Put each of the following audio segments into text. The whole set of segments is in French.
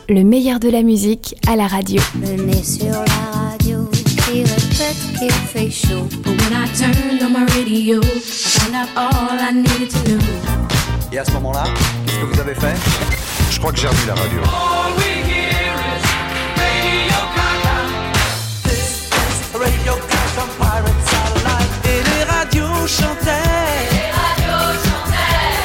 le meilleur de la musique à la radio. Le nez sur la radio qui répète qu'il fait chaud. But when I turned on my radio, I found out all I needed to know. Et à ce moment-là, qu'est-ce que vous avez fait? Je crois que j'ai revu la radio. All we hear is Radio Gaga. This is Radio Gaga on Pirate Satellite. Et les radios chantaient. Les radios chantaient.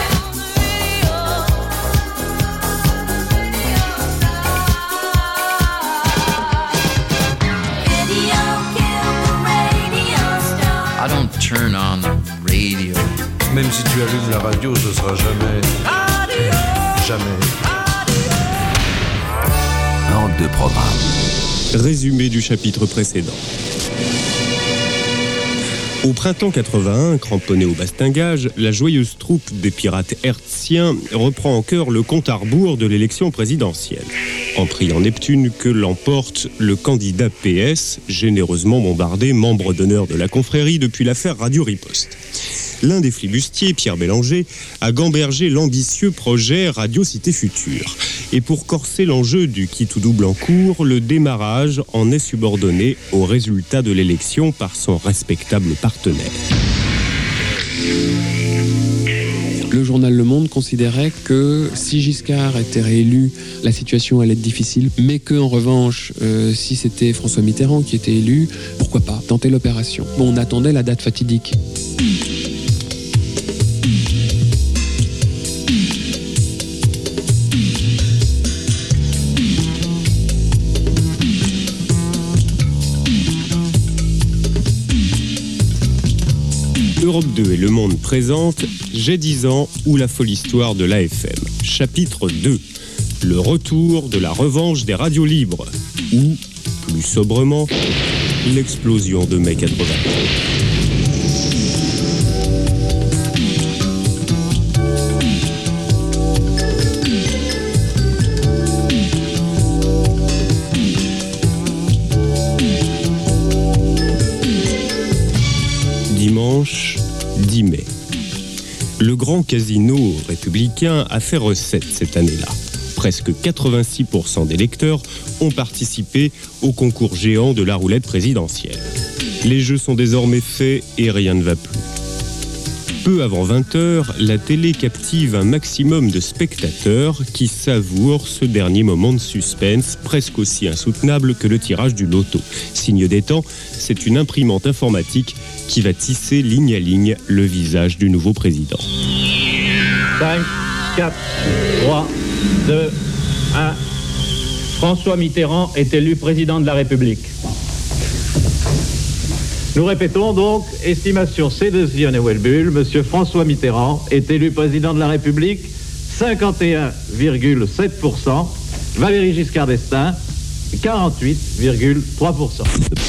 Radio killed the radio star. I don't turn on the radio. Même si tu allumes la radio, ce sera jamais. Jamais. Hors de programme. Résumé du chapitre précédent. Au printemps 81, cramponnée au bastingage, la joyeuse troupe des pirates hertziens reprend en chœur le compte à rebours de l'élection présidentielle, en priant Neptune que l'emporte le candidat PS, généreusement bombardé, membre d'honneur de la confrérie depuis l'affaire Radio Riposte. L'un des flibustiers, Pierre Bélanger, a gambergé l'ambitieux projet Radio Cité Future. Et pour corser l'enjeu du qui tout double en cours, le démarrage en est subordonné au résultat de l'élection par son respectable partenaire. Le journal Le Monde considérait que si Giscard était réélu, la situation allait être difficile, mais qu'en revanche, si c'était François Mitterrand qui était élu, pourquoi pas tenter l'opération. Bon, on attendait la date fatidique. Europe 2 et Le Monde présente J'ai 10 ans ou la folle histoire de l'AFM. Chapitre 2. Le retour de la revanche des radios libres. Ou, plus sobrement, l'explosion de mai 80. Dimanche 10 mai. Le grand casino républicain a fait recette cette année-là. Presque 86% des lecteurs ont participé au concours géant de la roulette présidentielle. Les jeux sont désormais faits et rien ne va plus. Peu avant 20h, la télé captive un maximum de spectateurs qui savourent ce dernier moment de suspense presque aussi insoutenable que le tirage du loto. Signe des temps, c'est une imprimante informatique qui va tisser ligne à ligne le visage du nouveau président. 5, 4, 3, 2, 1. François Mitterrand est élu président de la République. Nous répétons donc, estimation C2 Welbull, Monsieur François Mitterrand est élu président de la République, 51,7%, Valéry Giscard d'Estaing, 48,3%.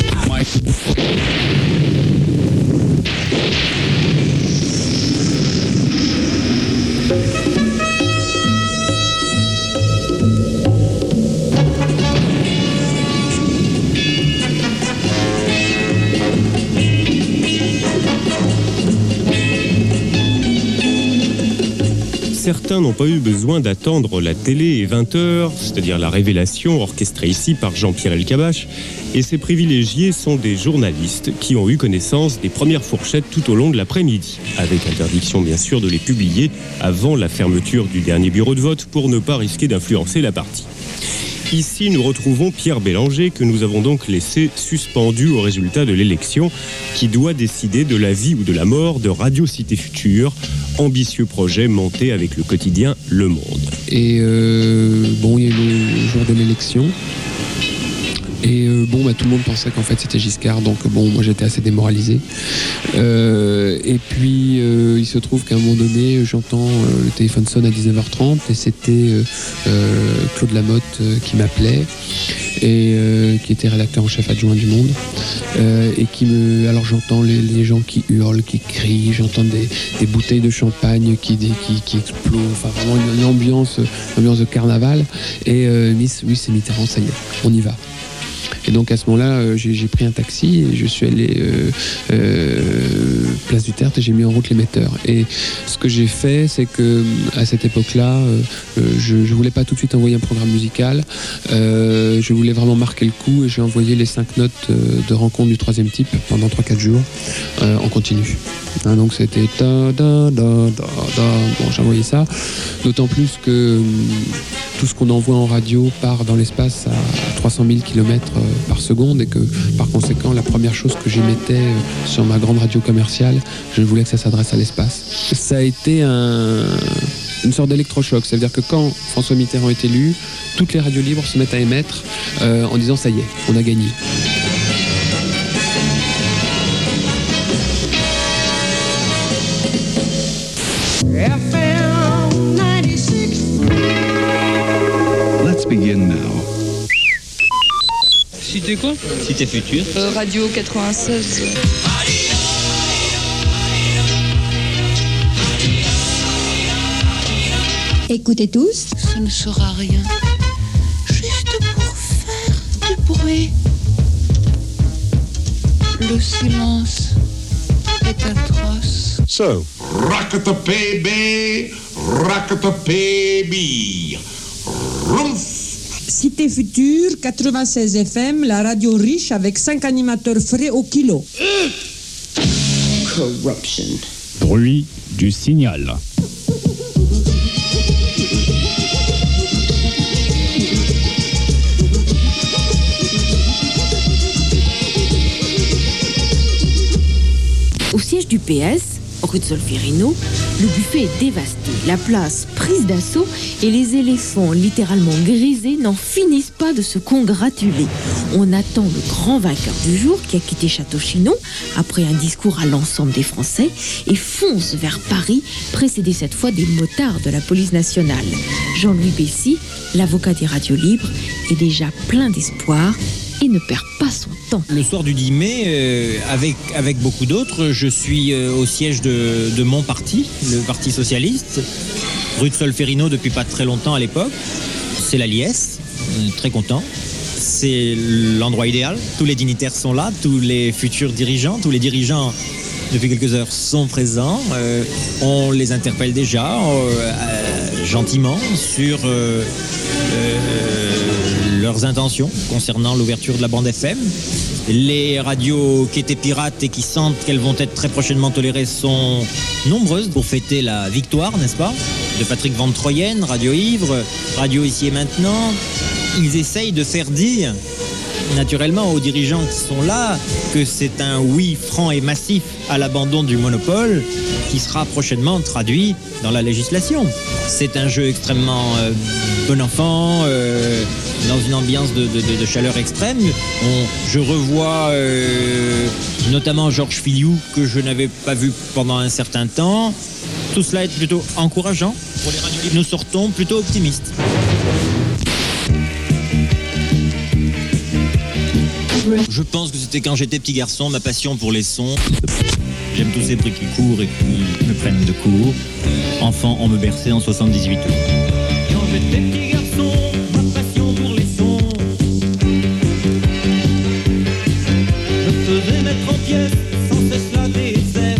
Certains n'ont pas eu besoin d'attendre la télé et 20h, c'est-à-dire la révélation orchestrée ici par Jean-Pierre Elkabbach, et ces privilégiés sont des journalistes qui ont eu connaissance des premières fourchettes tout au long de l'après-midi, avec interdiction bien sûr de les publier avant la fermeture du dernier bureau de vote pour ne pas risquer d'influencer la partie. Ici, nous retrouvons Pierre Bélanger que nous avons donc laissé suspendu au résultat de l'élection qui doit décider de la vie ou de la mort de Radio Cité Future, ambitieux projet monté avec le quotidien Le Monde. Et bon, il y a eu le jour de l'élection. Et tout le monde pensait qu'en fait c'était Giscard, donc moi j'étais assez démoralisé. Et puis il se trouve qu'à un moment donné, j'entends le téléphone sonne à 19h30 et c'était Claude Lamotte qui m'appelait et qui était rédacteur en chef adjoint du Monde et alors j'entends les gens qui hurlent, qui crient, j'entends des bouteilles de champagne qui explosent, enfin vraiment une ambiance de carnaval. Et oui, c'est Mitterrand, ça y est, on y va. Et donc à ce moment-là, j'ai pris un taxi et je suis allé place du Tertre et j'ai mis en route l'émetteur. Et ce que j'ai fait, c'est que à cette époque-là, je voulais pas tout de suite envoyer un programme musical. Je voulais vraiment marquer le coup et j'ai envoyé les 5 notes de rencontre du 3e type pendant 3-4 jours en continu. Hein, donc c'était da da da da da. Bon, j'ai envoyé ça. D'autant plus que tout ce qu'on envoie en radio part dans l'espace à 300 000 km par seconde et que par conséquent la première chose que j'émettais sur ma grande radio commerciale, je voulais que ça s'adresse à l'espace. Ça a été une sorte d'électrochoc, ça veut dire que quand François Mitterrand est élu, toutes les radios libres se mettent à émettre en disant ça y est, on a gagné. Let's begin now. Cité quoi? Cité Future. Radio 96. Écoutez tous. Ça ne sera rien. Juste pour faire du bruit. Le silence est atroce. So, rock-a-baby, rock-a-baby. Cité Future, 96 FM, la radio riche avec 5 animateurs frais au kilo. Corruption. Bruit du signal. Au siège du PS, rue de Solferino, le buffet est dévasté, la place prise d'assaut et les éléphants littéralement grisés n'en finissent pas de se congratuler. On attend le grand vainqueur du jour qui a quitté Château-Chinon après un discours à l'ensemble des Français et fonce vers Paris, précédé cette fois des motards de la police nationale. Jean-Louis Bessy, l'avocat des radios libres, est déjà plein d'espoir et ne perd pas son temps. Le soir du 10 mai, avec beaucoup d'autres, je suis au siège de mon parti, le Parti Socialiste, rue de Solferino depuis pas très longtemps à l'époque. C'est la liesse, très content. C'est l'endroit idéal. Tous les dignitaires sont là, tous les futurs dirigeants, tous les dirigeants depuis quelques heures sont présents. On les interpelle déjà gentiment sur leurs intentions concernant l'ouverture de la bande FM. Les radios qui étaient pirates et qui sentent qu'elles vont être très prochainement tolérées sont nombreuses pour fêter la victoire, n'est-ce pas, de Patrick Van Troyen, Radio Ivre, Radio Ici et Maintenant. Ils essayent de faire dire naturellement aux dirigeants qui sont là que c'est un oui franc et massif à l'abandon du monopole qui sera prochainement traduit dans la législation. C'est un jeu extrêmement bon enfant, dans une ambiance de chaleur extrême. Je revois notamment Georges Filiou que je n'avais pas vu pendant un certain temps. Tout cela est plutôt encourageant. Pour les radios libres, nous sortons plutôt optimistes. Je pense que c'était quand j'étais petit garçon, ma passion pour les sons. J'aime tous ces bruits qui courent et qui me prennent de court. Enfant, on me berçait en 78 tours. Quand j'étais petit garçon, ma passion pour les sons me faisait mettre en pièces sans cesse la DSF.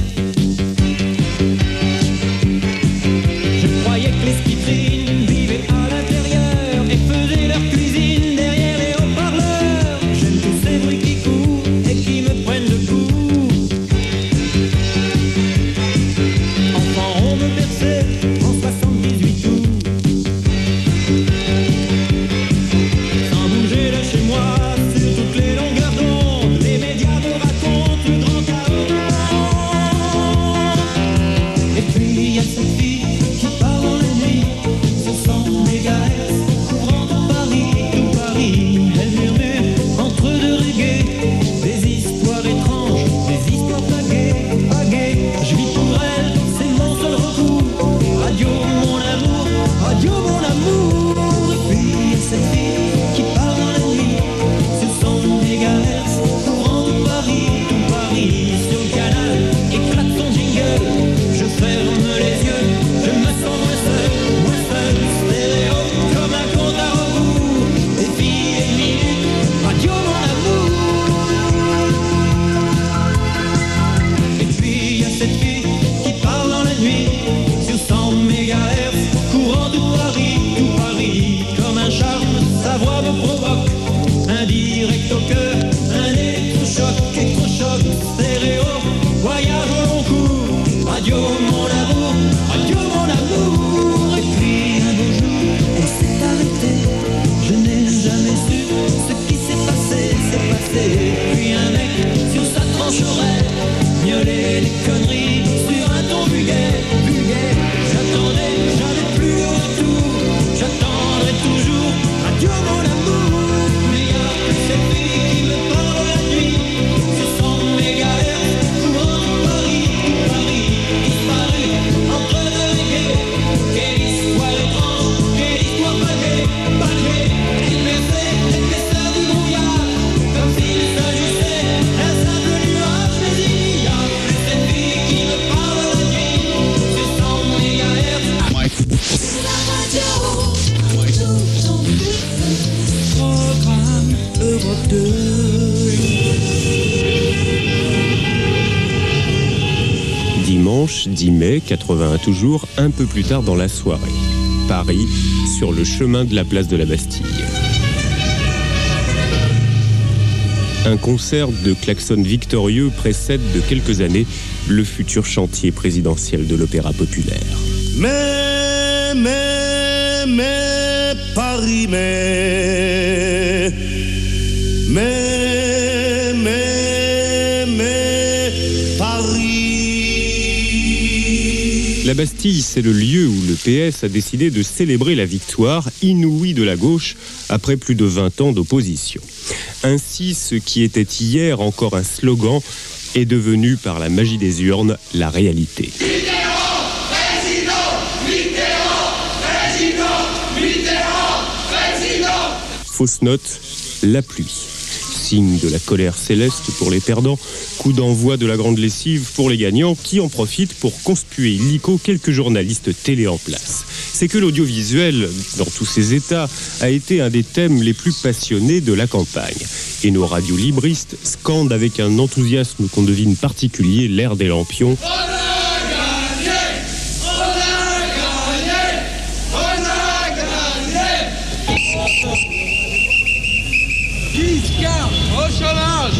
Je croyais que les skitrines vivaient à l'intérieur et faisaient leur cuisine derrière les haut-parleurs. J'aime tous ces bruits qui courent et qui me prennent de court. Enfant, on me berçait en 78 tours. Sans bouger de chez moi, sur toutes les longueurs d'onde, les médias me racontent le grand des conneries sur un ton vulgaire, vulgaire. J'attendais, j'avais plus le retour. J'attendrai toujours, adieu mon amour. Mais y'a plus cette fille qui me parle la nuit. Ce sont mégahertz, courant Paris, Paris, disparu entre deux reggae. Quelle histoire étrange, quelle histoire pagée, pagée. Épaisseur du brouillard, comme s'il s'agissait d'un simple nuage. Mais il y a plus cette fille qui me parle la nuit. Ce sont mégahertz. Programme Europe 2. Dimanche 10 mai 81 toujours, un peu plus tard dans la soirée. Paris, sur le chemin de la place de la Bastille. Un concert de klaxons victorieux précède de quelques années le futur chantier présidentiel de l'Opéra populaire. Mais, Paris, mais, Paris. La Bastille, c'est le lieu où le PS a décidé de célébrer la victoire inouïe de la gauche après plus de 20 ans d'opposition. Ainsi, ce qui était hier encore un slogan est devenu, par la magie des urnes, la réalité. Fausse note, la pluie. Signe de la colère céleste pour les perdants, coup d'envoi de la grande lessive pour les gagnants qui en profitent pour conspuer illico quelques journalistes télé en place. C'est que l'audiovisuel, dans tous ses états, a été un des thèmes les plus passionnés de la campagne. Et nos radios libristes scandent avec un enthousiasme qu'on devine particulier l'ère des lampions. Giscard au chômage.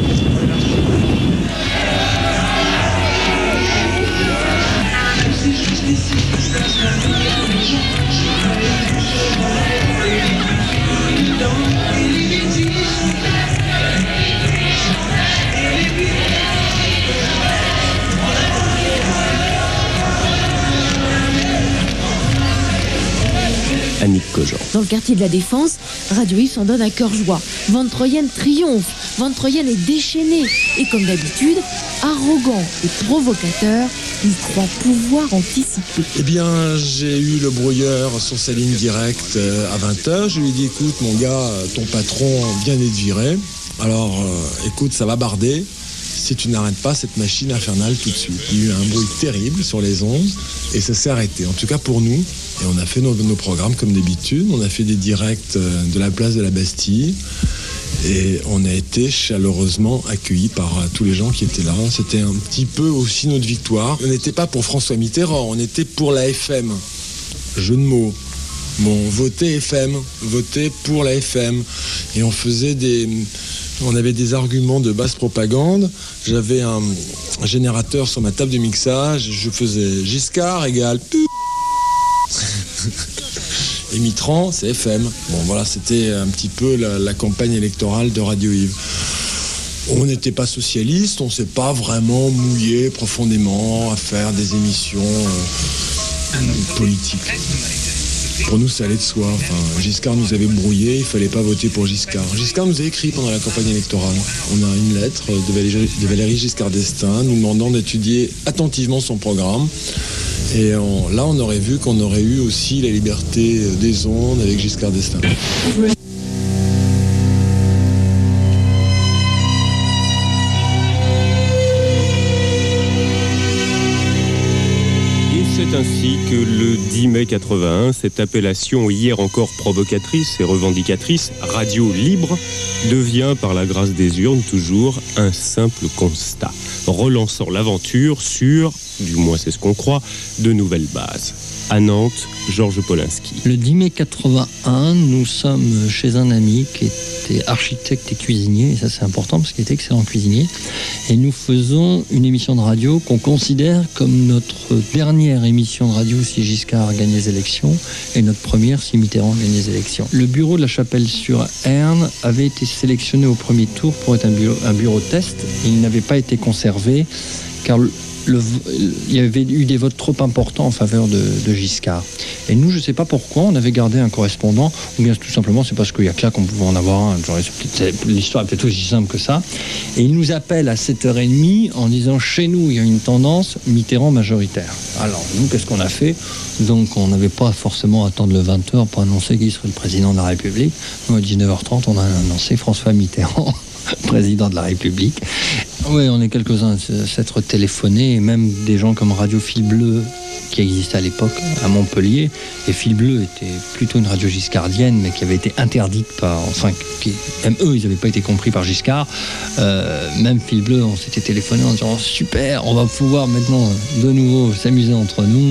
Annick Cogent. Dans le quartier de la Défense, Radio Yves s'en donne à cœur joie. Van Troyen triomphe, Van Troyen est déchaîné. Et comme d'habitude, arrogant et provocateur, il croit pouvoir anticiper. Eh bien, j'ai eu le brouilleur sur sa ligne directe à 20h. Je lui ai dit, écoute, mon gars, ton patron vient d'être viré. Alors, écoute, ça va barder. Si tu n'arrêtes pas cette machine infernale tout de suite. Il y a eu un bruit terrible sur les ondes et ça s'est arrêté. En tout cas pour nous. Et on a fait nos programmes comme d'habitude. On a fait des directs de la place de la Bastille. Et on a été chaleureusement accueillis par tous les gens qui étaient là. C'était un petit peu aussi notre victoire. On n'était pas pour François Mitterrand, on était pour la FM. Jeu de mots. Bon, votez FM, votez pour la FM. Et on avait des arguments de basse propagande. J'avais un générateur sur ma table de mixage. Je faisais Giscard égale et Mitterrand, c'est FM. Bon, voilà, c'était un petit peu la campagne électorale de Radio Yves. On n'était pas socialiste, on ne s'est pas vraiment mouillé profondément à faire des émissions politiques. Pour nous, ça allait de soi. Enfin, Giscard nous avait brouillé, il ne fallait pas voter pour Giscard. Giscard nous a écrit pendant la campagne électorale. On a une lettre de Valéry Giscard d'Estaing nous demandant d'étudier attentivement son programme. Et là, on aurait vu qu'on aurait eu aussi la liberté des ondes avec Giscard d'Estaing. C'est ainsi que le 10 mai 81, cette appellation hier encore provocatrice et revendicatrice, Radio Libre, devient par la grâce des urnes toujours un simple constat, relançant l'aventure sur, du moins c'est ce qu'on croit, de nouvelles bases. À Nantes, Georges Polinski. Le 10 mai 81, nous sommes chez un ami qui était architecte et cuisinier, et ça c'est important parce qu'il était excellent cuisinier, et nous faisons une émission de radio qu'on considère comme notre dernière émission de radio si Giscard gagne les élections et notre première si Mitterrand gagne les élections. Le bureau de la Chapelle-sur-Erne avait été sélectionné au premier tour pour être un bureau test. Il n'avait pas été conservé car il y avait eu des votes trop importants en faveur de Giscard. Et nous, je ne sais pas pourquoi, on avait gardé un correspondant, ou bien tout simplement c'est parce qu'il y a que là qu'on pouvait en avoir un. Genre, l'histoire est peut-être aussi simple que ça. Et il nous appelle à 7h30 en disant, chez nous, il y a une tendance Mitterrand majoritaire. Alors, nous, qu'est-ce qu'on a fait ? Donc, on n'avait pas forcément à attendre le 20h pour annoncer qui serait le président de la République. Nous, à 19h30, on a annoncé François Mitterrand président de la République. Oui, on est quelques-uns à s'être téléphonés, et même des gens comme Radio Fil Bleu, qui existait à l'époque à Montpellier. Et Fil Bleu était plutôt une radio giscardienne, mais qui avait été interdite par... Enfin, même eux, ils n'avaient pas été compris par Giscard. Même Fil Bleu, on s'était téléphoné en disant « Super, on va pouvoir maintenant de nouveau s'amuser entre nous. »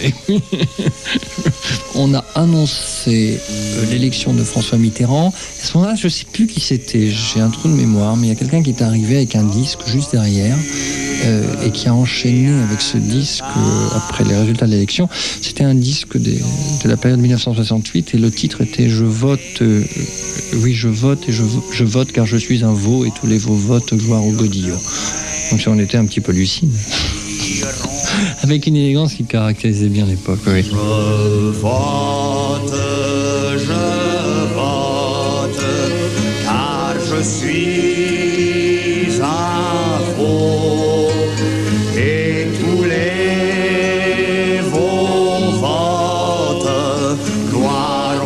On a annoncé l'élection de François Mitterrand. À ce moment-là, je ne sais plus qui c'était. J'ai un trou de mémoire, mais il y a quelqu'un qui est arrivé avec un disque juste derrière et qui a enchaîné avec ce disque après les résultats de l'élection. C'était un disque de la période 1968 et le titre était « Je vote, oui je vote et je vote car je suis un veau et tous les veaux votent gloire au godillot ». Donc on était un petit peu lucide. Avec une élégance qui caractérisait bien l'époque, oui. Je vote, car je suis un veau, et tous les veaux votent gloire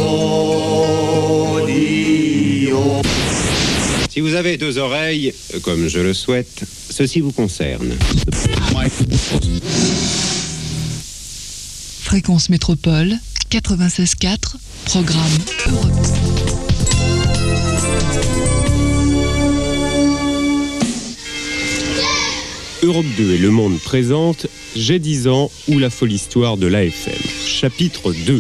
au godillot. Si vous avez deux oreilles, comme je le souhaite, ceci vous concerne. Fréquence Métropole, 96.4, programme Europe. Europe 2 et Le Monde présentent J'ai 10 ans ou la folle histoire de l'AFM. Chapitre 2.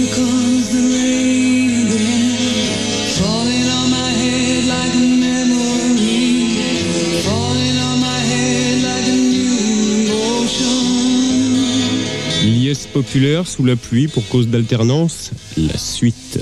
Liesse populaire sous la pluie pour cause d'alternance, la suite.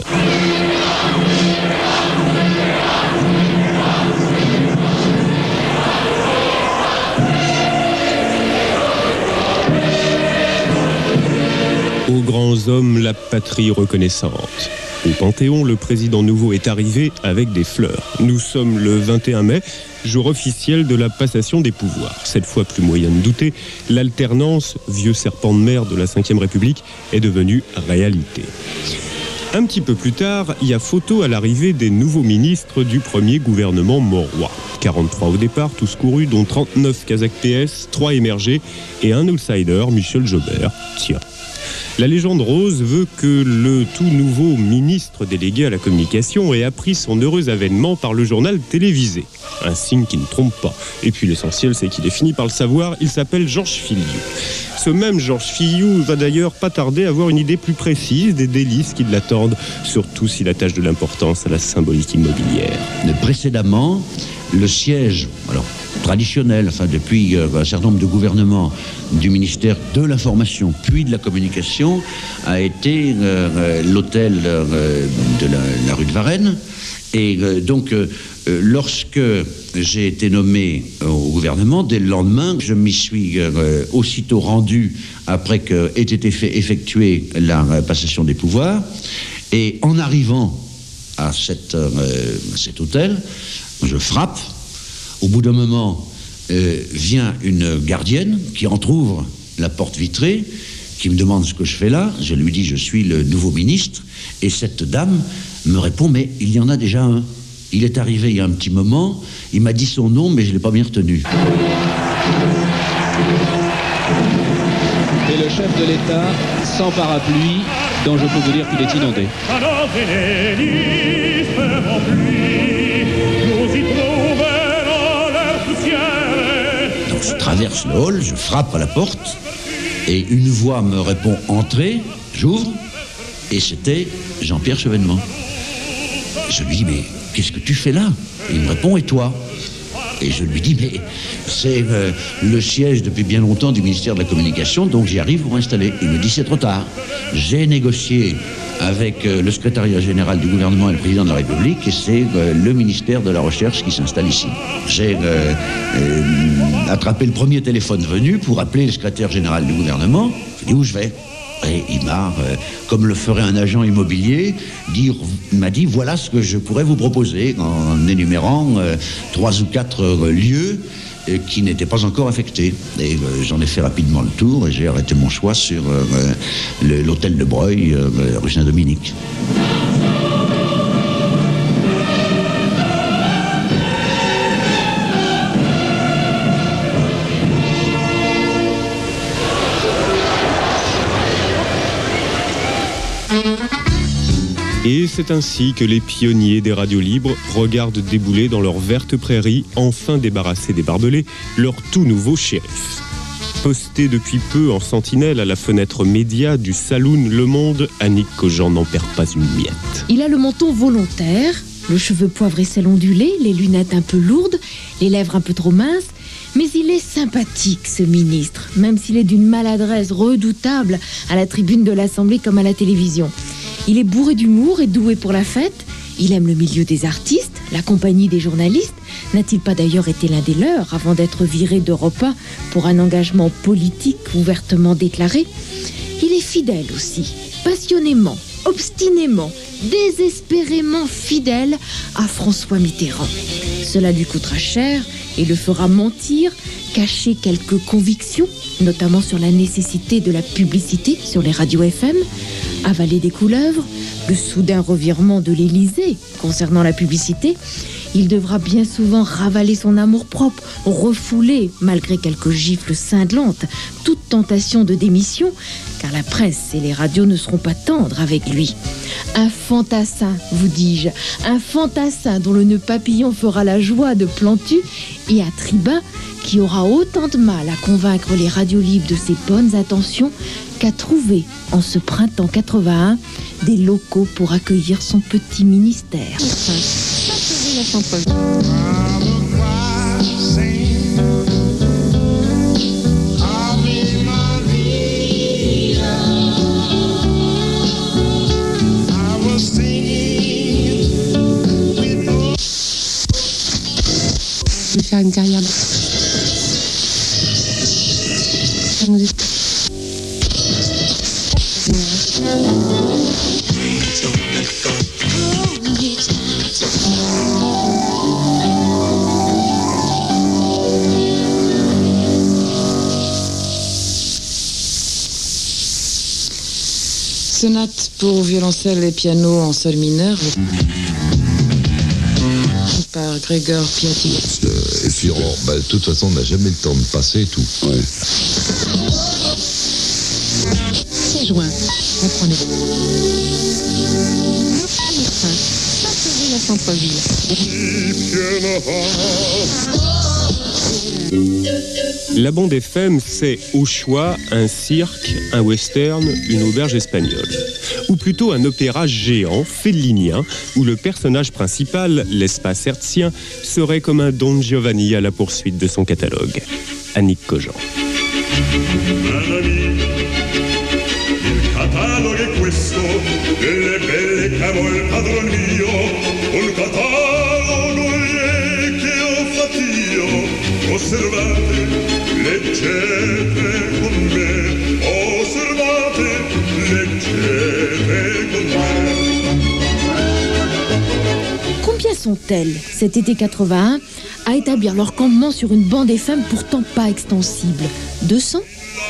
Aux grands hommes, la patrie reconnaissante. Au Panthéon, le président nouveau est arrivé avec des fleurs. Nous sommes le 21 mai, jour officiel de la passation des pouvoirs. Cette fois, plus moyen de douter, l'alternance, vieux serpent de mer de la Ve République, est devenue réalité. Un petit peu plus tard, il y a photo à l'arrivée des nouveaux ministres du premier gouvernement Mauroy. 43 au départ, tous courus, dont 39 Kazakh PS, 3 émergés et un outsider, Michel Jobert. Tiens. La légende rose veut que le tout nouveau ministre délégué à la communication ait appris son heureux avènement par le journal télévisé. Un signe qui ne trompe pas. Et puis l'essentiel, c'est qu'il est fini par le savoir, il s'appelle Georges Filiou. Ce même Georges Filiou va d'ailleurs pas tarder à avoir une idée plus précise des délices qui l'attendent, surtout s'il attache de l'importance à la symbolique immobilière. Précédemment, le siège, alors traditionnel, enfin depuis un certain nombre de gouvernements du ministère de l'Information puis de la Communication, a été l'hôtel de la rue de Varennes. Et donc, lorsque j'ai été nommé au gouvernement, dès le lendemain, je m'y suis aussitôt rendu après qu'ait été effectuée la passation des pouvoirs. Et en arrivant à cet hôtel, je frappe. Au bout d'un moment, vient une gardienne qui entrouvre la porte vitrée, qui me demande ce que je fais là. Je lui dis, je suis le nouveau ministre. Et cette dame me répond, mais il y en a déjà un. Il est arrivé il y a un petit moment, il m'a dit son nom, mais je ne l'ai pas bien retenu. Et le chef de l'État, sans parapluie, dont je peux vous dire qu'il est inondé. Donc je traverse le hall, je frappe à la porte, et une voix me répond « Entrez », j'ouvre, et c'était Jean-Pierre Chevènement. Je lui dis « Mais qu'est-ce que tu fais là ?» Et il me répond « Et toi ?» Et je lui dis, mais c'est le siège depuis bien longtemps du ministère de la Communication, donc j'y arrive pour m'installer. Il me dit, c'est trop tard. J'ai négocié avec le secrétariat général du gouvernement et le président de la République, et c'est le ministère de la Recherche qui s'installe ici. J'ai attrapé le premier téléphone venu pour appeler le secrétaire général du gouvernement. Je lui ai dit, où je vais ? Et il m'a, comme le ferait un agent immobilier, il m'a dit, voilà ce que je pourrais vous proposer, en énumérant 3 ou 4 lieux qui n'étaient pas encore affectés. Et j'en ai fait rapidement le tour et j'ai arrêté mon choix sur l'hôtel de Breuil, rue Saint-Dominique. Et c'est ainsi que les pionniers des radios libres regardent débouler dans leur verte prairie, enfin débarrassés des barbelés, leur tout nouveau shérif. Posté depuis peu en sentinelle à la fenêtre média du saloon Le Monde, Annick Cogent n'en perd pas une miette. Il a le menton volontaire, le cheveu poivré sel ondulé, les lunettes un peu lourdes, les lèvres un peu trop minces, mais il est sympathique, ce ministre, même s'il est d'une maladresse redoutable à la tribune de l'Assemblée comme à la télévision. Il est bourré d'humour et doué pour la fête. Il aime le milieu des artistes, la compagnie des journalistes. N'a-t-il pas d'ailleurs été l'un des leurs avant d'être viré d'Europe 1 pour un engagement politique ouvertement déclaré ? Il est fidèle aussi, passionnément, obstinément, désespérément fidèle à François Mitterrand. Cela lui coûtera cher et le fera mentir, cacher quelques convictions, notamment sur la nécessité de la publicité sur les radios FM, avaler des couleuvres, le soudain revirement de l'Élysée concernant la publicité. Il devra bien souvent ravaler son amour-propre, refouler, malgré quelques gifles cinglantes, toute tentation de démission, car la presse et les radios ne seront pas tendres avec lui. Un fantassin, vous dis-je, un fantassin dont le nœud papillon fera la joie de Plantu et à Tribun, qui aura autant de mal à convaincre les radios libres de ses bonnes intentions qu'à trouver, en ce printemps 81, des locaux pour accueillir son petit ministère. Je vais faire une carrière Sonate pour violoncelle et piano en sol mineur par Gregor Piatti. Effleurant, de toute façon, on n'a jamais le temps de passer et tout. Ouais. C'est joint. Reprenez. La centre-ville. La bande FM, c'est au choix un cirque, un western, une auberge espagnole. Ou plutôt un opéra géant, fellinien, où le personnage principal, l'espace hertzien, serait comme un Don Giovanni à la poursuite de son catalogue. Annick Cogent. Osservate, leggete con me, osservate, leggete con me. Combien sont-elles, cet été 81, à établir leur campement sur une bande FM pourtant pas extensible ? 200 ? 400 ?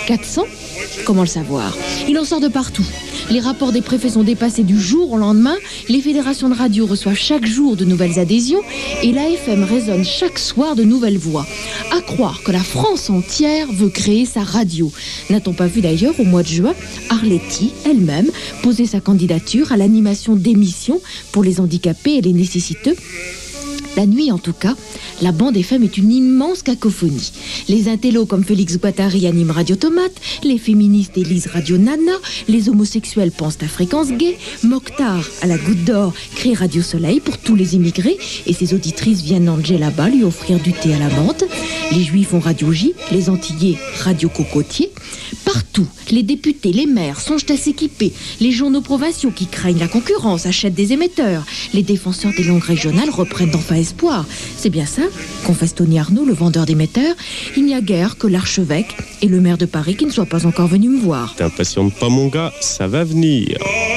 Comment le savoir ? Il en sort de partout. Les rapports des préfets sont dépassés du jour au lendemain, les fédérations de radio reçoivent chaque jour de nouvelles adhésions et la FM résonne chaque soir de nouvelles voix. À croire que la France entière veut créer sa radio. N'a-t-on pas vu d'ailleurs au mois de juin Arletty elle-même poser sa candidature à l'animation d'émissions pour les handicapés et les nécessiteux ? La nuit, en tout cas, la bande FM est une immense cacophonie. Les intellos comme Félix Guattari animent Radio Tomate, les féministes élisent Radio Nana, les homosexuels pensent à Fréquence Gay, Mokhtar, à la Goutte d'Or, crée Radio Soleil pour tous les immigrés et ses auditrices viennent en djellaba lui offrir du thé à la menthe. Les Juifs ont Radio J, les Antillais Radio Cocotier. Partout, les députés, les maires songent à s'équiper. Les journaux provinciaux qui craignent la concurrence achètent des émetteurs. Les défenseurs des langues régionales reprennent enfin espoir. C'est bien ça, confesse Tony Arnaud, le vendeur d'émetteurs. Il n'y a guère que l'archevêque et le maire de Paris qui ne soient pas encore venus me voir. T'impatiente pas mon gars, ça va venir.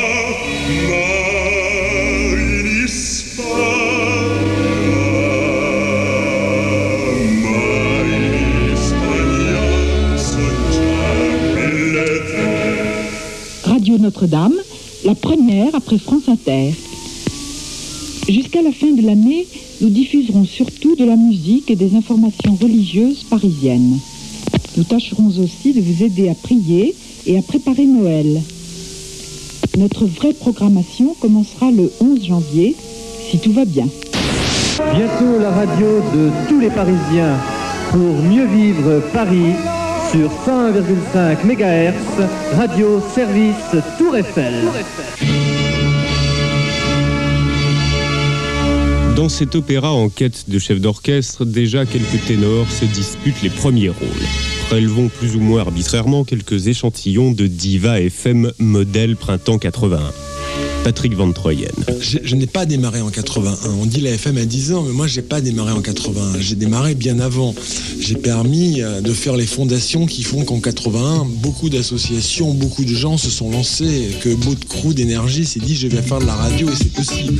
Radio Notre-Dame, la première après France Inter. Jusqu'à la fin de l'année, nous diffuserons surtout de la musique et des informations religieuses parisiennes. Nous tâcherons aussi de vous aider à prier et à préparer Noël. Notre vraie programmation commencera le 11 janvier, si tout va bien. Bientôt la radio de tous les Parisiens pour mieux vivre Paris sur 101,5 MHz, radio service Tour Eiffel. Dans cet opéra en quête de chef d'orchestre, déjà quelques ténors se disputent les premiers rôles. Prélevons plus ou moins arbitrairement quelques échantillons de Diva FM modèle printemps 81. Patrick Van Troyen. Je n'ai pas démarré en 81. On dit la FM à 10 ans, mais moi, j'ai pas démarré en 81. J'ai démarré bien avant. J'ai permis de faire les fondations qui font qu'en 81, beaucoup d'associations, beaucoup de gens se sont lancés, que Baud de Crew d'énergie s'est dit, je vais faire de la radio et c'est possible.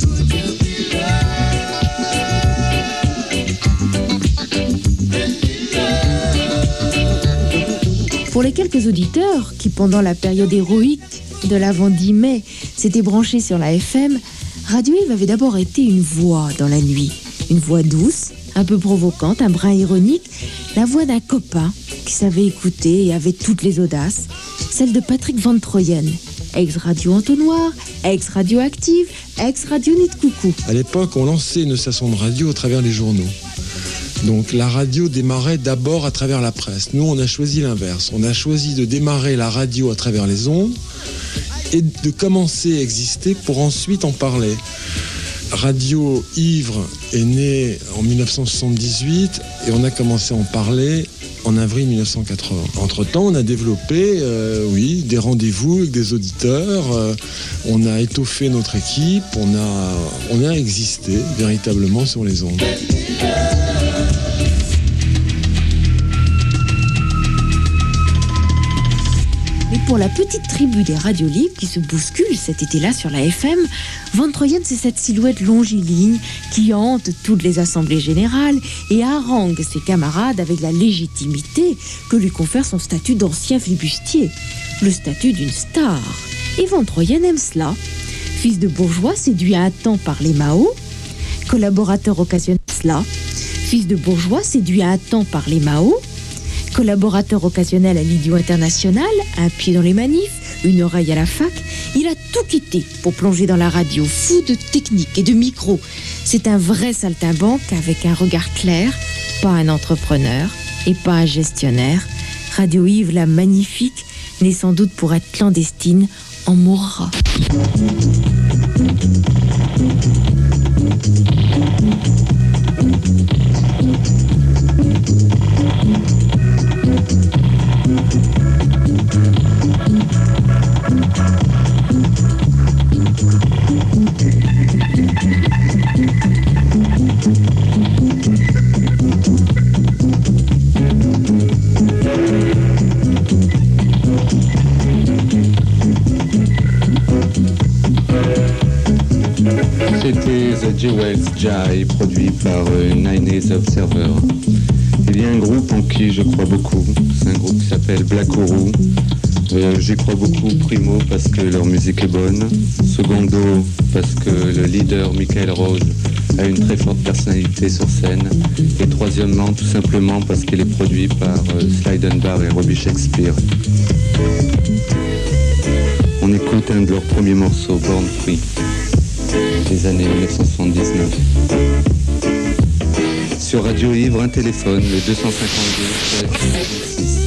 Pour les quelques auditeurs qui, pendant la période héroïque de l'avant 10 mai, s'étaient branchés sur la FM, Radio Yves avait d'abord été une voix dans la nuit. Une voix douce, un peu provocante, un brin ironique, la voix d'un copain qui savait écouter et avait toutes les audaces, celle de Patrick Van Troyen, ex-radio Entonnoir, ex-radio Active, ex-radio Nid de Coucou. À l'époque, on lançait une station de radio à travers les journaux. Donc la radio démarrait d'abord à travers la presse. Nous, on a choisi l'inverse. On a choisi de démarrer la radio à travers les ondes et de commencer à exister pour ensuite en parler. Radio Ivre est née en 1978 et on a commencé à en parler en avril 1980. Entre-temps, on a développé des rendez-vous avec des auditeurs, on a étoffé notre équipe, on a existé véritablement sur les ondes. Mais pour la petite tribu des radios libres qui se bousculent cet été-là sur la FM, Van Troyen, c'est cette silhouette longiligne qui hante toutes les assemblées générales et harangue ses camarades avec la légitimité que lui confère son statut d'ancien flibustier, le statut d'une star. Et Van Troyen aime cela. Fils de bourgeois séduit à un temps par les Mao, collaborateur occasionnel cela. Fils de bourgeois séduit à un temps par les Mao, collaborateur occasionnel à l'Idiot International, un pied dans les manifs, une oreille à la fac, il a tout quitté pour plonger dans la radio, fou de technique et de micro. C'est un vrai saltimbanque avec un regard clair, pas un entrepreneur et pas un gestionnaire. Radio Yves, la magnifique, née sans doute pour être clandestine, en mourra. C'était The Jewels Jai, produit par Nine Days Observer. Il y a un groupe en qui je crois beaucoup, c'est un groupe qui s'appelle Black Oru. J'y crois beaucoup, primo, parce que leur musique est bonne, secondo, parce que le leader, Michael Rose, a une très forte personnalité sur scène, et troisièmement, tout simplement, parce qu'il est produit par Sly Dunbar et Robbie Shakespeare. On écoute un de leurs premiers morceaux, Born Free, des années 1979. sur Radio Livre un téléphone, le 252.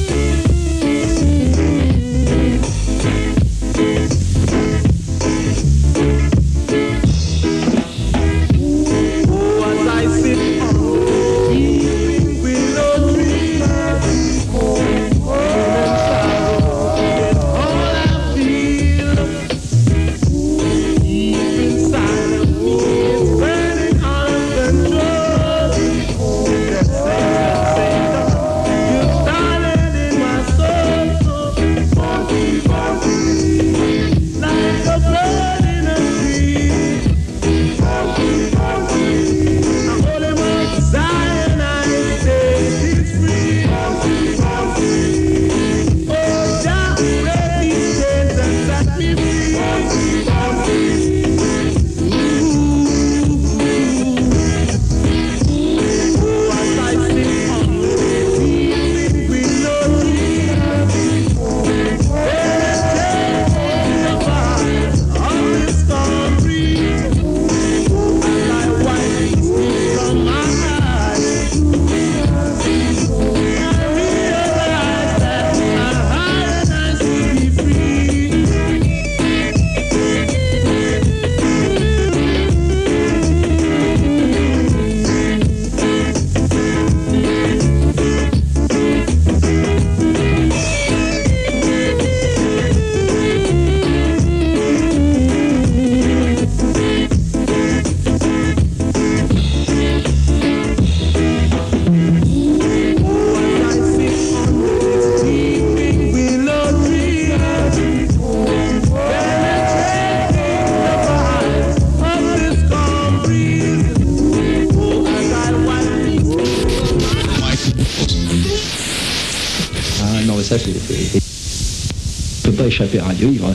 Échapper à Radio Livre,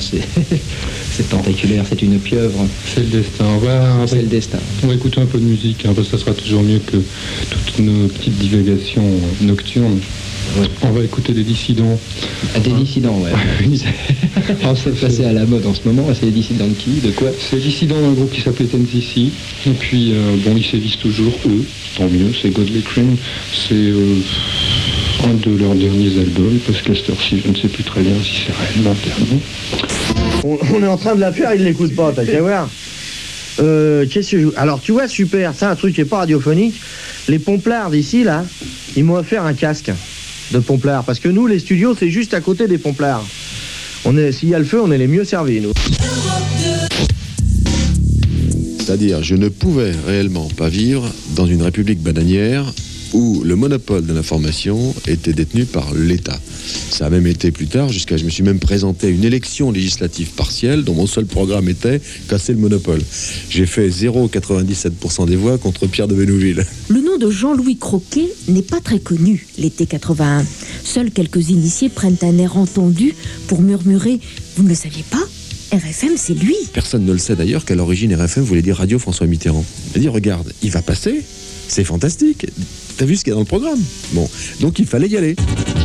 c'est tentaculaire, c'est une pieuvre. C'est le destin. C'est le destin. On va écouter un peu de musique, parce que ça sera toujours mieux que toutes nos petites divagations nocturnes. Ouais. On va écouter des dissidents. Des dissidents, ouais. C'est passé à la mode en ce moment. C'est les dissidents de qui? De quoi? C'est les dissidents d'un groupe qui s'appelait NCC. Et puis, ils sévissent toujours, eux. Tant mieux, c'est Godly Cream. C'est un de leurs derniers albums, parce qu'à cette heure-ci, je ne sais plus très bien si c'est réellement dernier. On est en train de la faire, il ne l'écoute pas, t'as qu'à voir. Qu'est-ce que je... Alors, tu vois, super, c'est un truc qui n'est pas radiophonique. Les pomplards d'ici, là, ils m'ont offert un casque de pomplards. Parce que nous, les studios, c'est juste à côté des pomplards. S'il y a le feu, on est les mieux servis, nous. C'est-à-dire, je ne pouvais réellement pas vivre dans une république bananière où le monopole de l'information était détenu par l'État. Ça a même été plus tard, je me suis même présenté à une élection législative partielle dont mon seul programme était casser le monopole. J'ai fait 0,97% des voix contre Pierre de Bénouville. Le nom de Jean-Louis Croquet n'est pas très connu l'été 81. Seuls quelques initiés prennent un air entendu pour murmurer « Vous ne le saviez pas ? RFM, c'est lui !» Personne ne le sait d'ailleurs qu'à l'origine RFM voulait dire Radio François Mitterrand. Il a dit « Regarde, il va passer, c'est fantastique !» T'as vu ce qu'il y a dans le programme? Bon, donc il fallait y aller.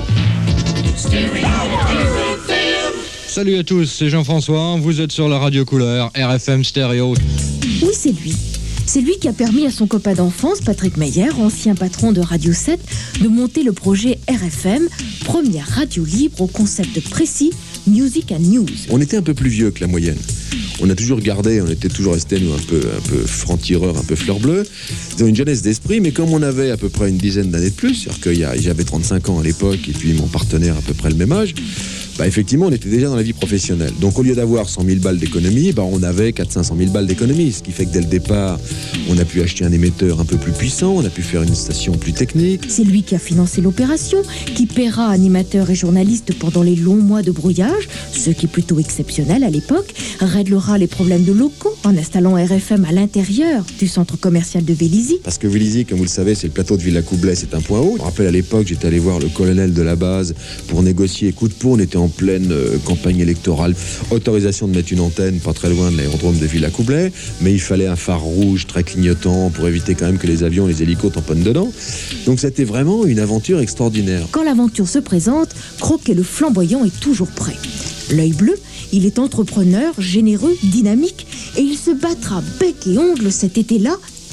Salut à tous, c'est Jean-François, vous êtes sur la radio couleur, RFM Stéréo. Oui, c'est lui. C'est lui qui a permis à son copain d'enfance, Patrick Meyer, ancien patron de Radio 7, de monter le projet RFM, première radio libre au concept précis, Music and News. On était un peu plus vieux que la moyenne. On a toujours gardé, on était toujours resté, nous, un peu franc-tireur, un peu fleur bleue. Ils ont une jeunesse d'esprit, mais comme on avait à peu près une dizaine d'années de plus, c'est-à-dire que j'avais 35 ans à l'époque, et puis mon partenaire à peu près le même âge, effectivement, on était déjà dans la vie professionnelle. Donc, au lieu d'avoir 100 000 balles d'économie, on avait 400-500 000 balles d'économie. Ce qui fait que dès le départ, on a pu acheter un émetteur un peu plus puissant, on a pu faire une station plus technique. C'est lui qui a financé l'opération, qui paiera animateurs et journalistes pendant les longs mois de brouillage, ce qui est plutôt exceptionnel à l'époque, réglera les problèmes de locaux en installant RFM à l'intérieur du centre commercial de Vélizy. Parce que Vélizy, comme vous le savez, c'est le plateau de Villacoublay, c'est un point haut. Je me rappelle à l'époque, j'étais allé voir le colonel de la base pour négocier coup de peau, on était en pleine campagne électorale, autorisation de mettre une antenne pas très loin de l'aérodrome de Villacoublay, mais il fallait un phare rouge très clignotant pour éviter quand même que les avions, les hélicos tamponnent dedans. Donc c'était vraiment une aventure extraordinaire. Quand l'aventure se présente, Croquet le flamboyant est toujours prêt. L'œil bleu, il est entrepreneur, généreux, dynamique, et il se battra bec et ongle cet été-là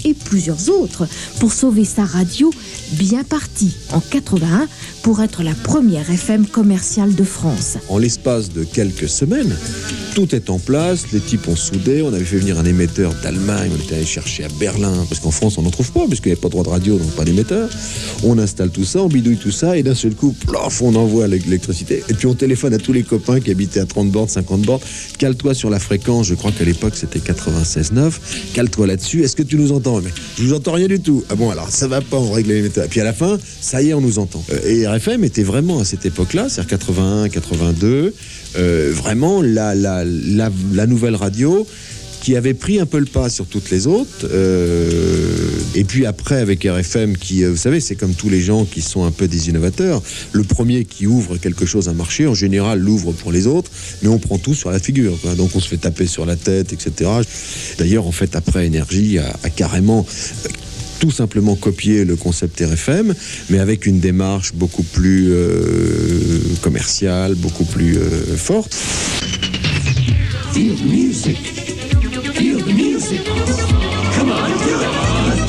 et plusieurs autres pour sauver sa radio, bien partie en 81 pour être la première FM commerciale de France. En l'espace de quelques semaines, tout est en place, les types ont soudé, on avait fait venir un émetteur d'Allemagne, on était allé chercher à Berlin, parce qu'en France on n'en trouve pas, puisqu'il n'y avait pas de droit de radio, donc pas d'émetteur. On installe tout ça, on bidouille tout ça, et d'un seul coup, plof, on envoie l'électricité. Et puis on téléphone à tous les copains qui habitaient à 30 bornes, 50 bornes, cale-toi sur la fréquence, je crois qu'à l'époque c'était 96.9, cale-toi là-dessus, est-ce que tu nous entends? Mais je vous entends rien du tout. Ah bon, alors ça va pas, on règle l'émetteur. Et puis à la fin, ça y est, on nous entend. Et RFM était vraiment à cette époque-là, c'est-à-dire 81, 82, vraiment la nouvelle radio qui avait pris un peu le pas sur toutes les autres. Et puis après, avec RFM, qui, vous savez, c'est comme tous les gens qui sont un peu des innovateurs. Le premier qui ouvre quelque chose à marché, en général, l'ouvre pour les autres, mais on prend tout sur la figure, quoi. Donc on se fait taper sur la tête, etc. D'ailleurs, en fait, après, Énergie a carrément tout simplement copier le concept RFM, mais avec une démarche beaucoup plus commerciale, beaucoup plus forte. Feel the music. Feel the music. Come on, do it.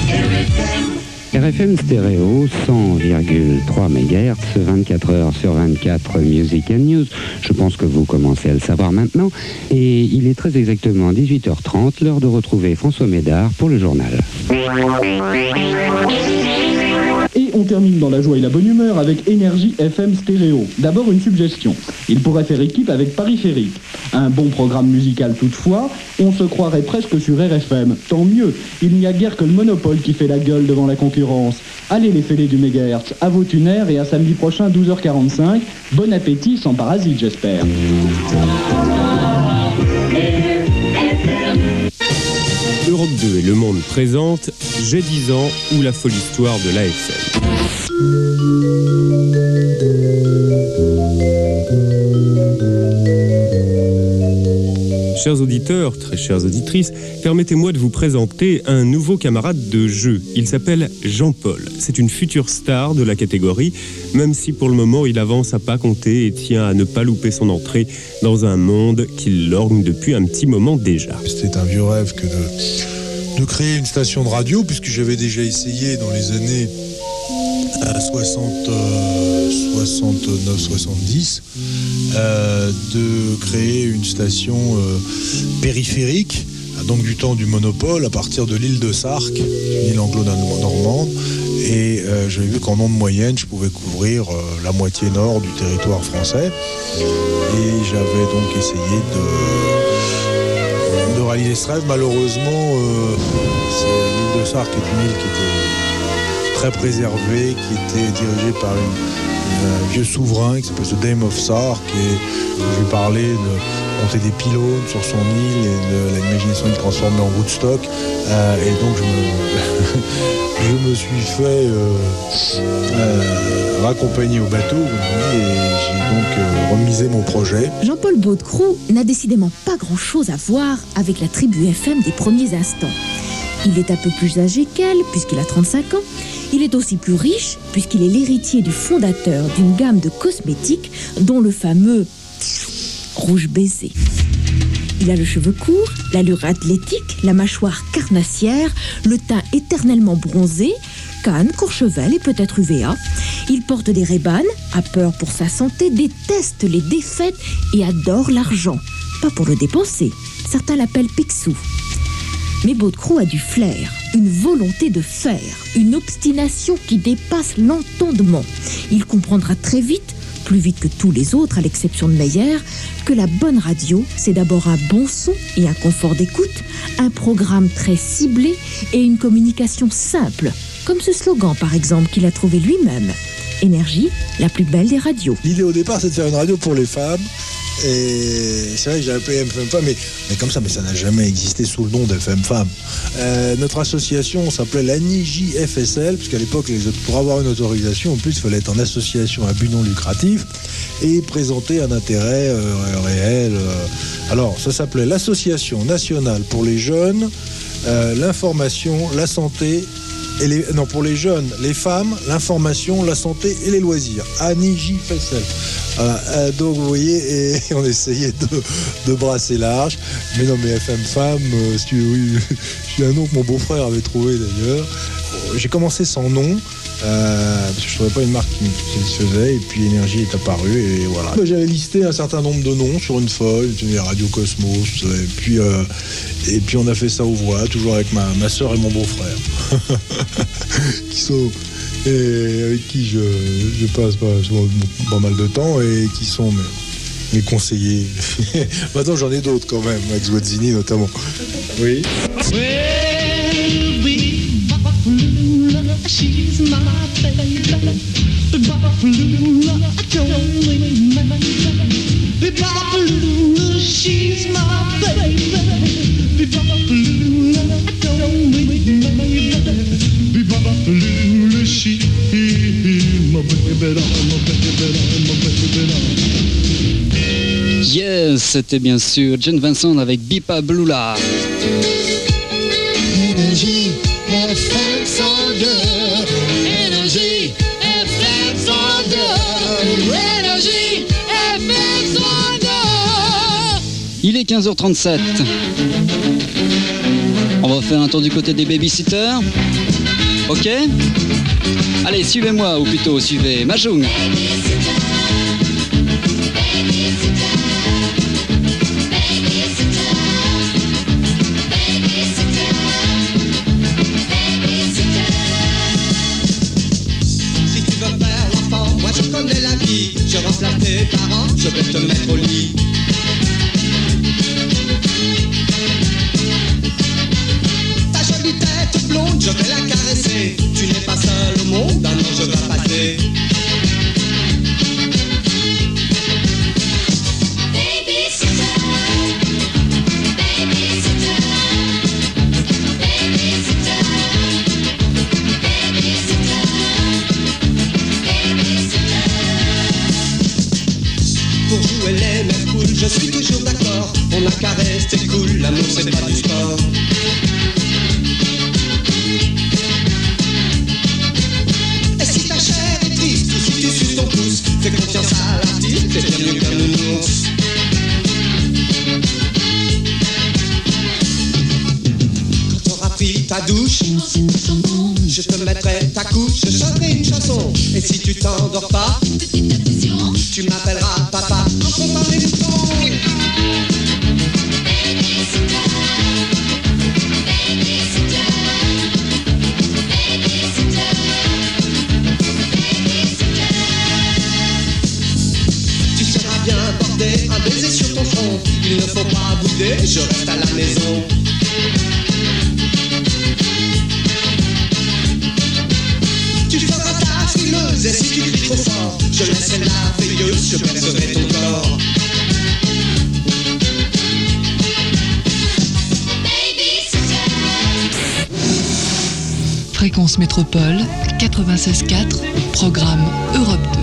RFM stéréo, 100,3 MHz, 24 heures sur 24 Music and News. Je pense que vous commencez à le savoir maintenant. Et il est très exactement 18h30, l'heure de retrouver François Médard pour le journal. Et on termine dans la joie et la bonne humeur avec Énergie FM stéréo. D'abord une suggestion. Il pourrait faire équipe avec Périphérique. Un bon programme musical toutefois, on se croirait presque sur RFM. Tant mieux, il n'y a guère que le monopole qui fait la gueule devant la concurrence. Allez les fêlés du mégahertz, à vos tunaires et à samedi prochain 12h45. Bon appétit sans parasite, j'espère. Europe 2 et Le Monde présentent J'ai 10 ans ou la folle histoire de l'AFM. Chers auditeurs, très chères auditrices, permettez-moi de vous présenter un nouveau camarade de jeu. Il s'appelle Jean-Paul. C'est une future star de la catégorie, même si pour le moment il avance à pas compter et tient à ne pas louper son entrée dans un monde qu'il lorgne depuis un petit moment déjà. C'était un vieux rêve que de créer une station de radio, puisque j'avais déjà essayé dans les années 69-70 de créer une station périphérique, donc du temps du monopole, à partir de l'île de Sark, une île anglo-normande, et j'avais vu qu'en onde moyenne je pouvais couvrir la moitié nord du territoire français, et j'avais donc essayé de réaliser ce rêve. Malheureusement, l'île de Sark est une île qui était très préservée, qui était dirigée par un vieux souverain qui s'appelle The Dame of Sark, et je lui parlais de monter des pylônes sur son île et de l'imagination de transformer en Woodstock, et donc je me suis fait raccompagner au bateau, et j'ai donc remisé mon projet. Jean-Paul Baudecroux n'a décidément pas grand-chose à voir avec la tribu FM des premiers instants. Il est un peu plus âgé qu'elle, puisqu'il a 35 ans. Il est aussi plus riche, puisqu'il est l'héritier du fondateur d'une gamme de cosmétiques, dont le fameux rouge baiser. Il a le cheveu court, l'allure athlétique, la mâchoire carnassière, le teint éternellement bronzé, Cannes, Courchevel et peut-être UVA. Il porte des Ray-Ban, a peur pour sa santé, déteste les défaites et adore l'argent. Pas pour le dépenser, certains l'appellent Picsou. Mais Baudecroux a du flair, une volonté de faire, une obstination qui dépasse l'entendement. Il comprendra très vite, plus vite que tous les autres à l'exception de Meyer, que la bonne radio, c'est d'abord un bon son et un confort d'écoute, un programme très ciblé et une communication simple, comme ce slogan par exemple qu'il a trouvé lui-même. Énergie, la plus belle des radios. L'idée au départ, c'est de faire une radio pour les femmes. Et c'est vrai que j'ai appelé FM Femme, mais comme ça, mais ça n'a jamais existé sous le nom d'FM Femme. Notre association s'appelait l'ANIJFSL, puisqu'à l'époque, pour avoir une autorisation, en plus, il fallait être en association à but non lucratif et présenter un intérêt réel. Alors, ça s'appelait l'Association nationale pour les jeunes, l'information, la santé pour les jeunes, les femmes, l'information, la santé et les loisirs. Annie J. Fessel. Donc vous voyez, et on essayait de brasser large. Mais non, mais FM Femme, oui, je suis un nom que mon beau-frère avait trouvé d'ailleurs. J'ai commencé sans nom. Parce que je trouvais pas une marque qui se faisait, et puis Énergie est apparue et voilà. J'avais listé un certain nombre de noms sur une feuille, Radio Cosmos, et puis on a fait ça aux voix, toujours avec ma soeur et mon beau-frère, qui sont avec qui je passe pas mal de temps et qui sont mes conseillers. Maintenant j'en ai d'autres quand même, Max Guazzini notamment. Oui. She's my baby, Bopalula, don't leave me. Bopalula, she's my baby, Bopalula, don't leave me. Bopalula, she's my baby, Yes, c'était bien sûr John Vincent avec Bipa Blula. Énergie, FM 102. Énergie, FM 102. Énergie, FM 102. Il est 15h37. On va faire un tour du côté des babysitters. Ok ? Allez, suivez-moi, ou plutôt suivez Majung. Je remplace tes parents, je vais te mettre au lit. Ta jolie tête blonde, je vais la caresser. Tu n'es pas seul au monde, un ange va passer. Je suis toujours d'accord, on la caresse, c'est cool, l'amour c'est pas du sport. Et si ta chair est triste, ou si tu suces ton pouce, fais confiance à l'artiste, c'est bien mieux qu'un nounours. Quand t'auras pris ta douche, je te mettrai ta couche, je chanterai une chanson. Et si tu t'endors pas, tu m'appelleras papa. On peut parler du temps. Tu seras bien bordé, un baiser sur ton front. Il ne faut pas bouder, je reste à la maison. Tu feras ta frileuse et si tu cries trop fort, je laisserai la veilleuse, je percerai ton corps. Fréquence Métropole 96.4, programme Europe 2.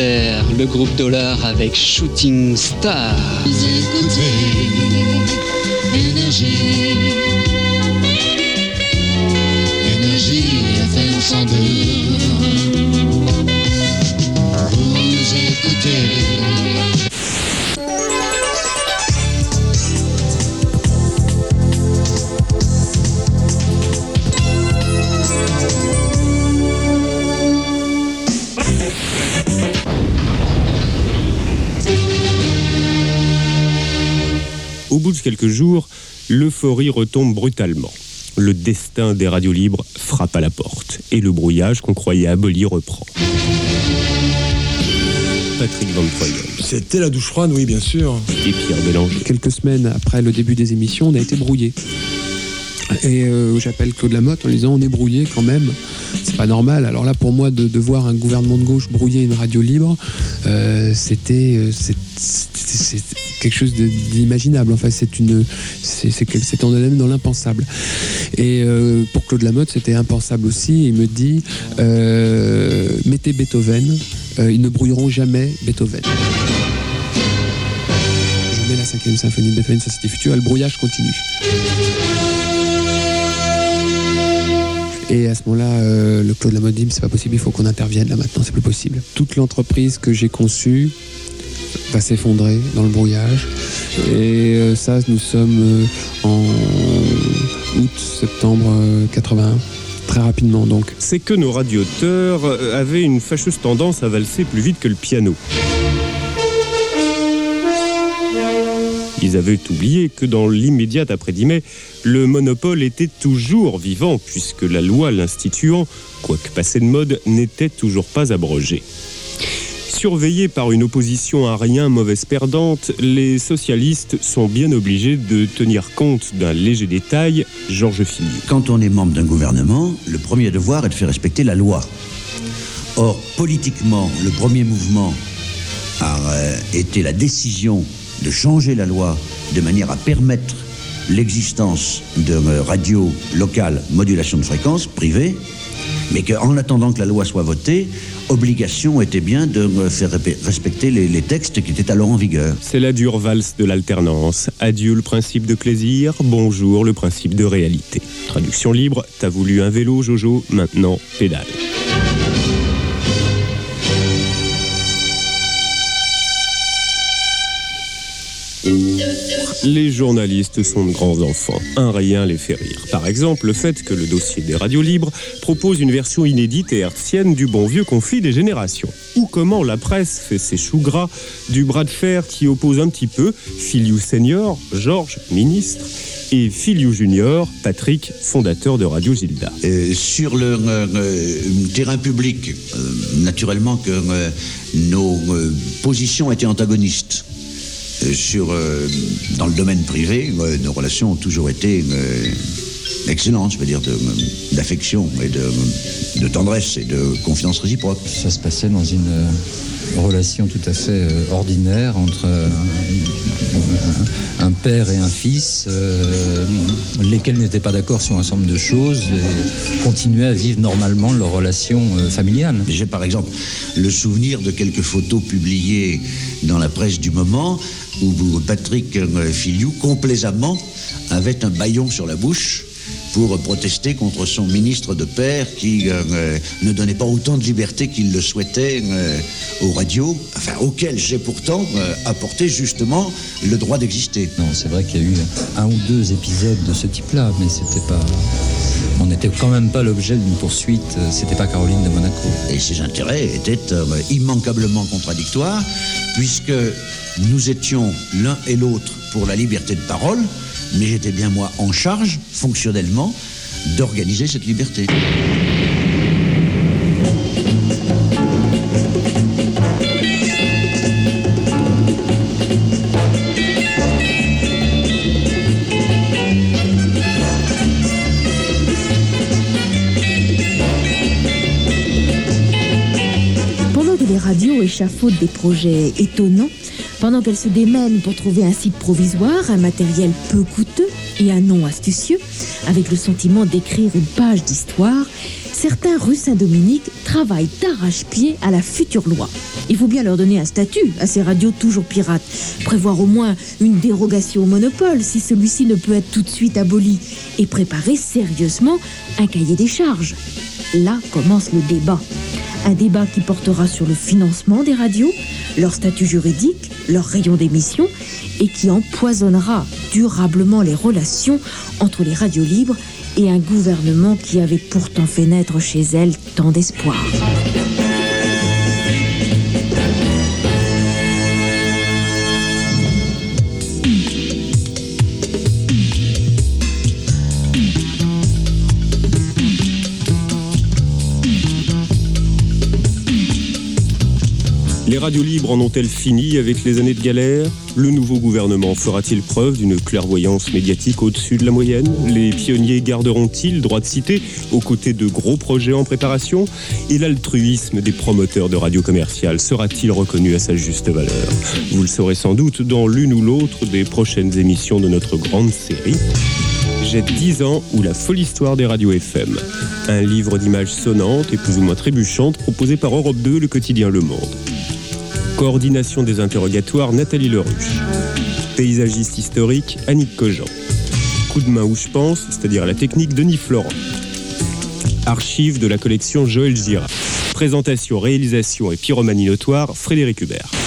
Terre, le groupe Dollar avec Shooting Star. Vous écoutez Énergie. Énergie FM 102. Vous écoutez. Au bout de quelques jours, l'euphorie retombe brutalement. Le destin des radios libres frappe à la porte et le brouillage qu'on croyait aboli reprend. Patrick Van Troyen. C'était la douche froide, oui, bien sûr. Et Pierre Bélanger. Quelques semaines après le début des émissions, on a été brouillé. Et j'appelle Claude Lamotte en lui disant on est brouillé quand même, c'est pas normal. Alors là pour moi de voir un gouvernement de gauche brouiller une radio libre, c'est quelque chose d'imaginable. Enfin c'est on est même dans l'impensable. Et pour Claude Lamotte c'était impensable aussi. Il me dit mettez Beethoven, ils ne brouilleront jamais Beethoven. Je mets la 5e symphonie de Beethoven, Société Future, et le brouillage continue. Et à ce moment-là, le Claude Lamotte dit c'est pas possible, il faut qu'on intervienne là maintenant, c'est plus possible. Toute l'entreprise que j'ai conçue va s'effondrer dans le brouillage. Et ça, nous sommes en août-septembre 81. Très rapidement donc. C'est que nos radioteurs avaient une fâcheuse tendance à valser plus vite que le piano. Ils avaient oublié que dans l'immédiat après-10 mai, le monopole était toujours vivant puisque la loi l'instituant, quoique passée de mode, n'était toujours pas abrogée. Surveillés par une opposition à rien mauvaise perdante, les socialistes sont bien obligés de tenir compte d'un léger détail, Georges Filiu. Quand on est membre d'un gouvernement, le premier devoir est de faire respecter la loi. Or, politiquement, le premier mouvement a été la décision de changer la loi de manière à permettre l'existence de radios locales, modulation de fréquences privées, mais qu'en attendant que la loi soit votée, obligation était bien de faire respecter les textes qui étaient alors en vigueur. C'est la dure valse de l'alternance. Adieu le principe de plaisir, bonjour le principe de réalité. Traduction libre, t'as voulu un vélo, Jojo, maintenant pédale. Les journalistes sont de grands enfants. Un rien les fait rire. Par exemple, le fait que le dossier des radios libres propose une version inédite et hertzienne du bon vieux conflit des générations. Ou comment la presse fait ses choux gras du bras de fer qui oppose un petit peu Filiu Senior, Georges, ministre, et Filiu Junior, Patrick, fondateur de Radio Gilda. Sur le terrain public, naturellement que nos positions étaient antagonistes. Dans le domaine privé, nos relations ont toujours été excellentes, je veux dire, d'affection et de tendresse et de confiance réciproque. Ça se passait dans une relation tout à fait ordinaire entre un père et un fils, lesquels n'étaient pas d'accord sur un certain nombre de choses et continuaient à vivre normalement leur relation familiale. J'ai par exemple le souvenir de quelques photos publiées dans la presse du moment où Patrick Filiu, complaisamment, avait un bâillon sur la bouche pour protester contre son ministre de père qui ne donnait pas autant de liberté qu'il le souhaitait aux radios, enfin auxquelles j'ai pourtant apporté justement le droit d'exister. Non, c'est vrai qu'il y a eu un ou deux épisodes de ce type-là, mais c'était pas... On n'était quand même pas l'objet d'une poursuite, c'était pas Caroline de Monaco. Et ses intérêts étaient immanquablement contradictoires, puisque nous étions l'un et l'autre pour la liberté de parole, mais j'étais bien moi en charge, fonctionnellement, d'organiser cette liberté. Pendant que les radios échafaudent des projets étonnants, pendant qu'elles se démènent pour trouver un site provisoire, un matériel peu coûteux et un nom astucieux, avec le sentiment d'écrire une page d'histoire, certains rue Saint-Dominique travaillent d'arrache-pied à la future loi. Il faut bien leur donner un statut à ces radios toujours pirates, prévoir au moins une dérogation au monopole si celui-ci ne peut être tout de suite aboli, et préparer sérieusement un cahier des charges. Là commence le débat. Un débat qui portera sur le financement des radios, leur statut juridique, leur rayon d'émission, et qui empoisonnera durablement les relations entre les radios libres et un gouvernement qui avait pourtant fait naître chez elles tant d'espoir. Les radios libres en ont-elles fini avec les années de galère? Le nouveau gouvernement fera-t-il preuve d'une clairvoyance médiatique au-dessus de la moyenne? Les pionniers garderont-ils droit de cité aux côtés de gros projets en préparation? Et l'altruisme des promoteurs de radios commerciales sera-t-il reconnu à sa juste valeur? Vous le saurez sans doute dans l'une ou l'autre des prochaines émissions de notre grande série. J'ai 10 ans ou la folle histoire des radios FM. Un livre d'images sonnantes et plus ou moins trébuchantes proposé par Europe 2, le quotidien Le Monde. Coordination des interrogatoires, Nathalie Leruche. Paysagiste historique, Annick Cogent. Coup de main où je pense, c'est-à-dire à la technique, Denis Florent. Archives de la collection Joël Girard. Présentation, réalisation et pyromanie notoire, Frédéric Hubert.